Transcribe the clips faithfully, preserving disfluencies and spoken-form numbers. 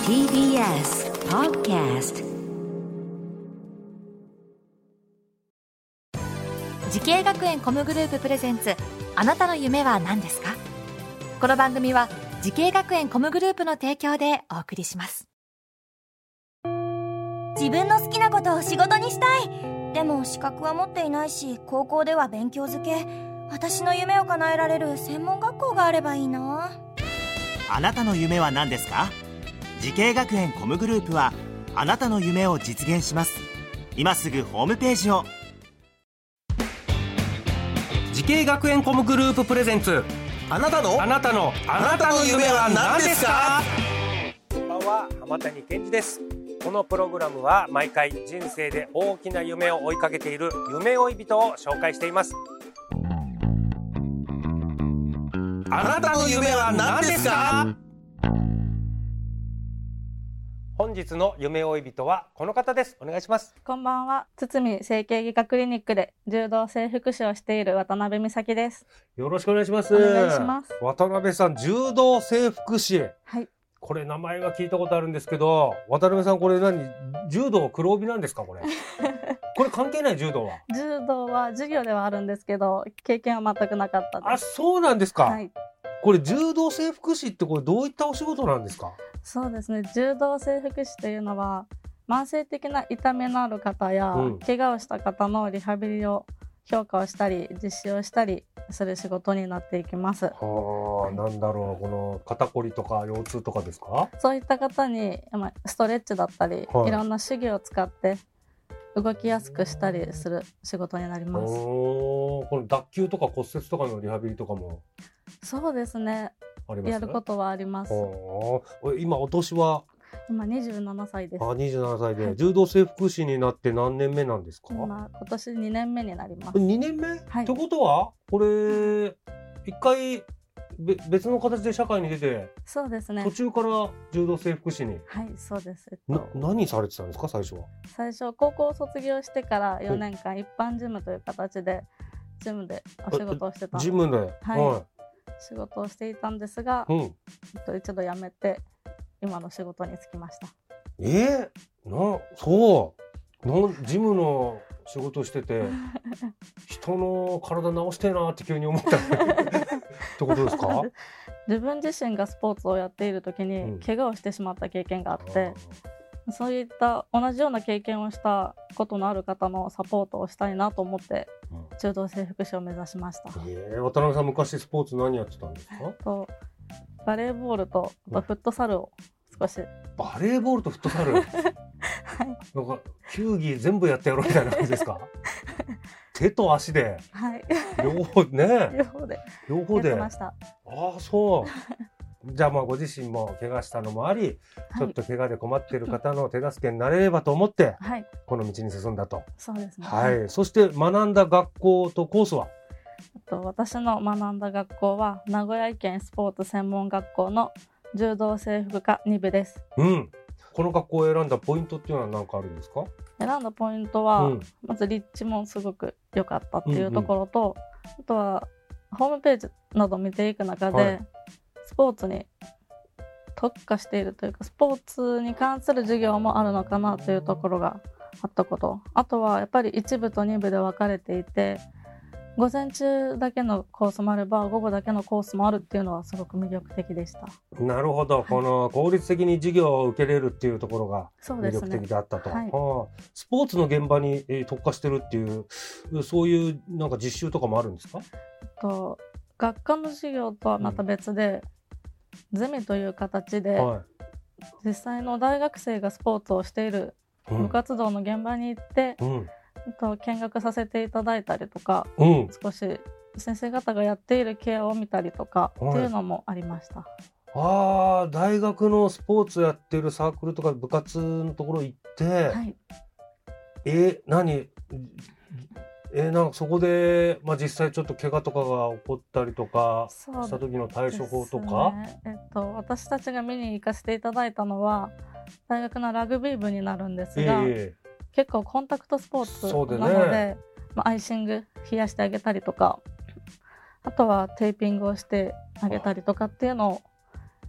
ティービーエス Podcast。 時系学園コムグループプレゼンツ、あなたの夢は何ですか？この番組は時系学園コムグループの提供でお送りします。 自分の好きなことを仕事にしたい。でも資格は持っていないし、高校では勉強づけ。私の夢を叶えられる専門学校があればいいな。 あなたの夢は何ですか？時系学園コムグループはあなたの夢を実現します。今すぐホームページを。 時系学園コムグループプレゼンツ、 あなたのあなたのあなたの夢は何ですか？ こんばんは、浜谷健二です。このプログラムは毎回人生で大きな夢を追いかけている夢追い人を紹介しています。 あなたの夢は何ですか？ 本日の夢追い人はこの方です。お願いします。 こんばんは。堤整形外科クリニックで柔道整復師をしている渡辺美咲です。 よろしくお願いします。 お願いします。 渡辺さん、柔道整復師。 はい。 これ名前は聞いたことあるんですけど、渡辺さん、これ何、柔道黒帯なんですかこれ？これ関係ない？柔道は柔道は授業ではあるんですけど、経験は全くなかったです。 あ、そうなんですか。 はい。 これ柔道整復師ってこれどういったお仕事なんですか？ そうですね。柔道整復師というのは、慢性的な痛みのある方や、うん、怪我をした方のリハビリを評価をしたり、実施をしたりする仕事になっていきます。 はあ、なんだろう、この肩こりとか腰痛とかですか？ そういった方にストレッチだったり、はい、いろんな手技を使って動きやすくしたりする仕事になります。 おー、この脱臼とか骨折とかのリハビリとかも？ そうですね。あります？やることはあります。 今お年は？ 今にじゅうななさいです。 あ、にじゅうななさいで、はい、柔道整復師になって何年目なんですか？ 今、今年にねんめになります。 にねんめ？はい。ってことはこれ一回べ別の形で社会に出て、 そうですね。 途中から柔道整復師に。 はい、そうです。えっと、な何されてたんですか最初は？ 最初高校を卒業してからよねんかん一般事務という形でジムでお仕事をしてたんです。 ジムで、 はい、はい、仕事をしていたんですが、うん、えっと、一度辞めて今の仕事に就きました。 えー、なそうなジムの仕事をしてて人の体治してえなって急に思ったってことですか？ 自分自身がスポーツをやっている時に怪我をしてしまった経験があって、うん、そういった同じような経験をしたことのある方のサポートをしたいなと思って、うん、柔道整復師を目指しました。 えー、渡辺さん昔スポーツ何やってたんですか？えっと、 バレーボールとフットサルを少し、うん、 バレーボールとフットサルはい、なんか球技全部やってやろうみたいな感じですか？手と足で、 はい、 両方ね両方で両方でやってました。 ああ、そうじゃあまあご自身も怪我したのもあり、はい、ちょっと怪我で困っている方の手助けになれればと思って、はい、この道に進んだと。 そうですね。 はい。そして学んだ学校とコースは？ と私の学んだ学校は名古屋県スポーツ専門学校の柔道整復科に部です。 うん。この学校を選んだポイントっていうのは何かあるんですか？ 選んだポイントは、うん、まず立地もすごく良かったっていうところと、うんうん、あとはホームページなど見ていく中で、はい、スポーツに特化しているというかスポーツに関する授業もあるのかなというところがあったこと。あとはやっぱりいち部とに部で分かれていて、午前中だけのコースもあれば午後だけのコースもあるっていうのはすごく魅力的でした。 なるほど、はい、この効率的に授業を受けれるっていうところが魅力的だったと。そうですね。はい、スポーツの現場に特化してるっていうそういうなんか実習とかもあるんですか？ と学科の授業とはまた別で、うん、ゼミという形で、はい、実際の大学生がスポーツをしている部活動の現場に行って、うんうんと見学させていただいたりとか、うん、少し先生方がやっているケアを見たりとか、はい、っていうのもありました。 ああ、大学のスポーツやってるサークルとか部活のところ行って、はい、え何えなんかそこで、まあ、実際ちょっと怪我とかが起こったりとかした時の対処法とか、 ね、えっと、私たちが見に行かせていただいたのは大学のラグビー部になるんですが、えー結構コンタクトスポーツなので、ね、まあ、アイシング冷やしてあげたりとか、あとはテーピングをしてあげたりとかっていうのを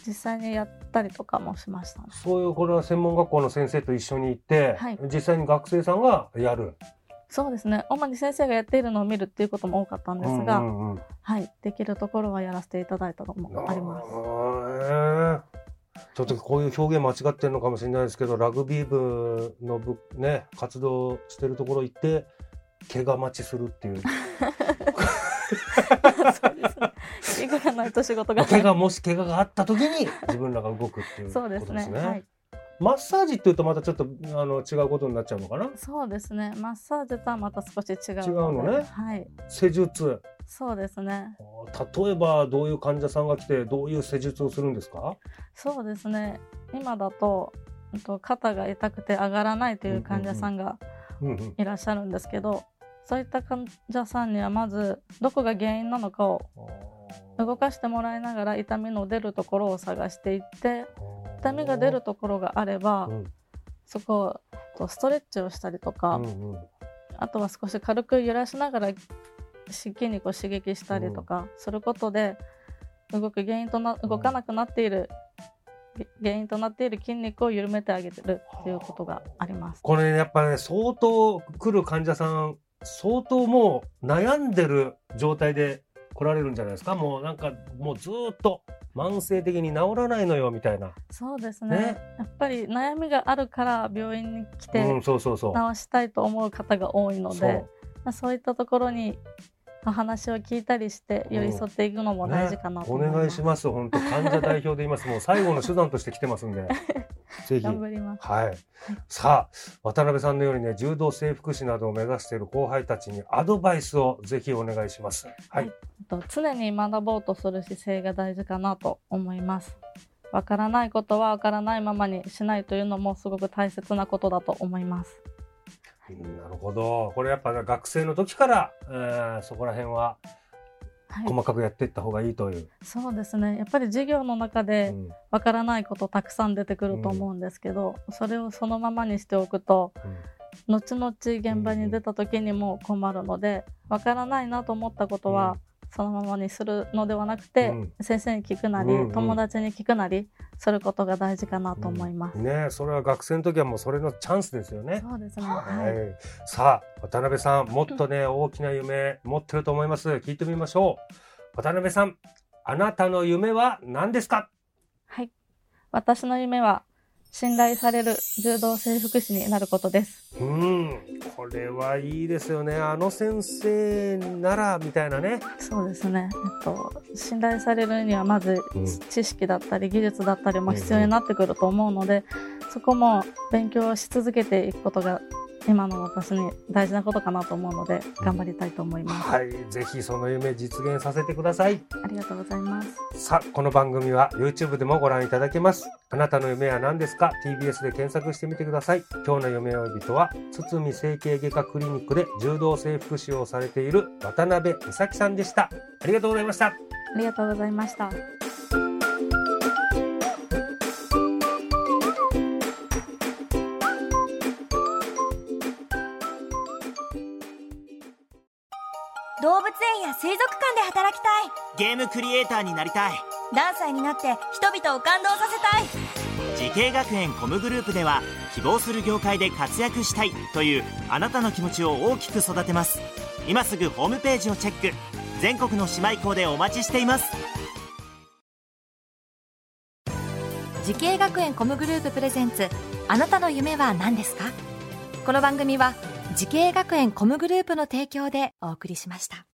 実際にやったりとかもしましたね。 そういうこれは専門学校の先生と一緒に行って、はい、実際に学生さんがやる。 そうですね。主に先生がやっているのを見るっていうことも多かったんですが、うんうんうん、はい、できるところはやらせていただいたのもあります。 あちょっとこういう表現間違ってるのかもしれないですけど、ラグビー部の部、ね、活動してるところ行って怪我待ちするっていうそうですね。怪我がないと仕事がない。 怪我もし怪我があった時に自分らが動くっていうことですね。そうですね。はい、マッサージっていうとまたちょっとあの違うことになっちゃうのかな。 そうですね。マッサージとはまた少し違うので。 違うのね。 はい。 施術。 そうですね。 例えばどういう患者さんが来てどういう施術をするんですか？ そうですね。今だと肩が痛くて上がらないという患者さんがいらっしゃるんですけど、うんうんうん、そういった患者さんにはまずどこが原因なのかを動かしてもらいながら痛みの出るところを探していって、痛みが出るところがあれば、うん、そこをストレッチをしたりとか、うんうん、あとは少し軽く揺らしながら筋肉を刺激したりとかすることで、動く原因とな動かなくなっている原因となっている筋肉を緩めてあげてるっていうことがあります。 これ、ね、やっぱね相当来る患者さん相当もう悩んでる状態で来られるんじゃないですか。もうなんかもうずっと慢性的に治らないのよみたいな。 そうですね。ね、やっぱり悩みがあるから病院に来て治したいと思う方が多いので、そう、そういったところにお話を聞いたりして寄り添っていくのも大事かなと思います。 ね、お願いします。本当患者代表で言います。もう最後の手段として来てますんでぜひ頑張ります。 はい。さあ渡辺さんのようにね柔道整復師などを目指している後輩たちにアドバイスをぜひお願いします。はい。はい、 常に学ぼうとする姿勢が大事かなと思います。わからないことはわからないままにしないというのもすごく大切なことだと思います。 なるほど。これやっぱ学生の時から、えー、そこら辺は細かくやっていった方がいいという、はい、 そうですね。やっぱり授業の中でわからないことたくさん出てくると思うんですけど、うん、それをそのままにしておくと、うん、後々現場に出た時にも困るので、わからないなと思ったことは、うん、そのままにするのではなくて、うん、先生に聞くなり、うんうん、友達に聞くなりすることが大事かなと思います、 うん、ね、それは学生の時はもうそれのチャンスですよね。 そうですね、 はい、さあ渡辺さんもっとね大きな夢持ってると思います。聞いてみましょう。渡辺さん、あなたの夢は何ですか？ はい、私の夢は信頼される柔道整復師になることです。 うん、これはいいですよね。あの先生ならみたいなね。 そうですね、えっと、信頼されるにはまず知識だったり技術だったりも必要になってくると思うので、うんうん、そこも勉強し続けていくことが今の私に大事なことかなと思うので頑張りたいと思います、 うん、はい、ぜひその夢実現させてください。 ありがとうございます。 さあこの番組は YouTube でもご覧いただけます。あなたの夢は何ですか？ ティービーエス で検索してみてください。今日の夢追い人は堤整形外科クリニックで柔道整復師をされている渡辺美咲さんでした。ありがとうございました。 ありがとうございました。 動物園や水族館で働きたい。 ゲームクリエイターになりたい。 何歳になって人々を感動させたい。 時系学園コムグループでは希望する業界で活躍したいというあなたの気持ちを大きく育てます。今すぐホームページをチェック。全国の姉妹校でお待ちしています。 時系学園コムグループプレゼンツ、あなたの夢は何ですか？この番組は時系学園コムグループの提供でお送りしました。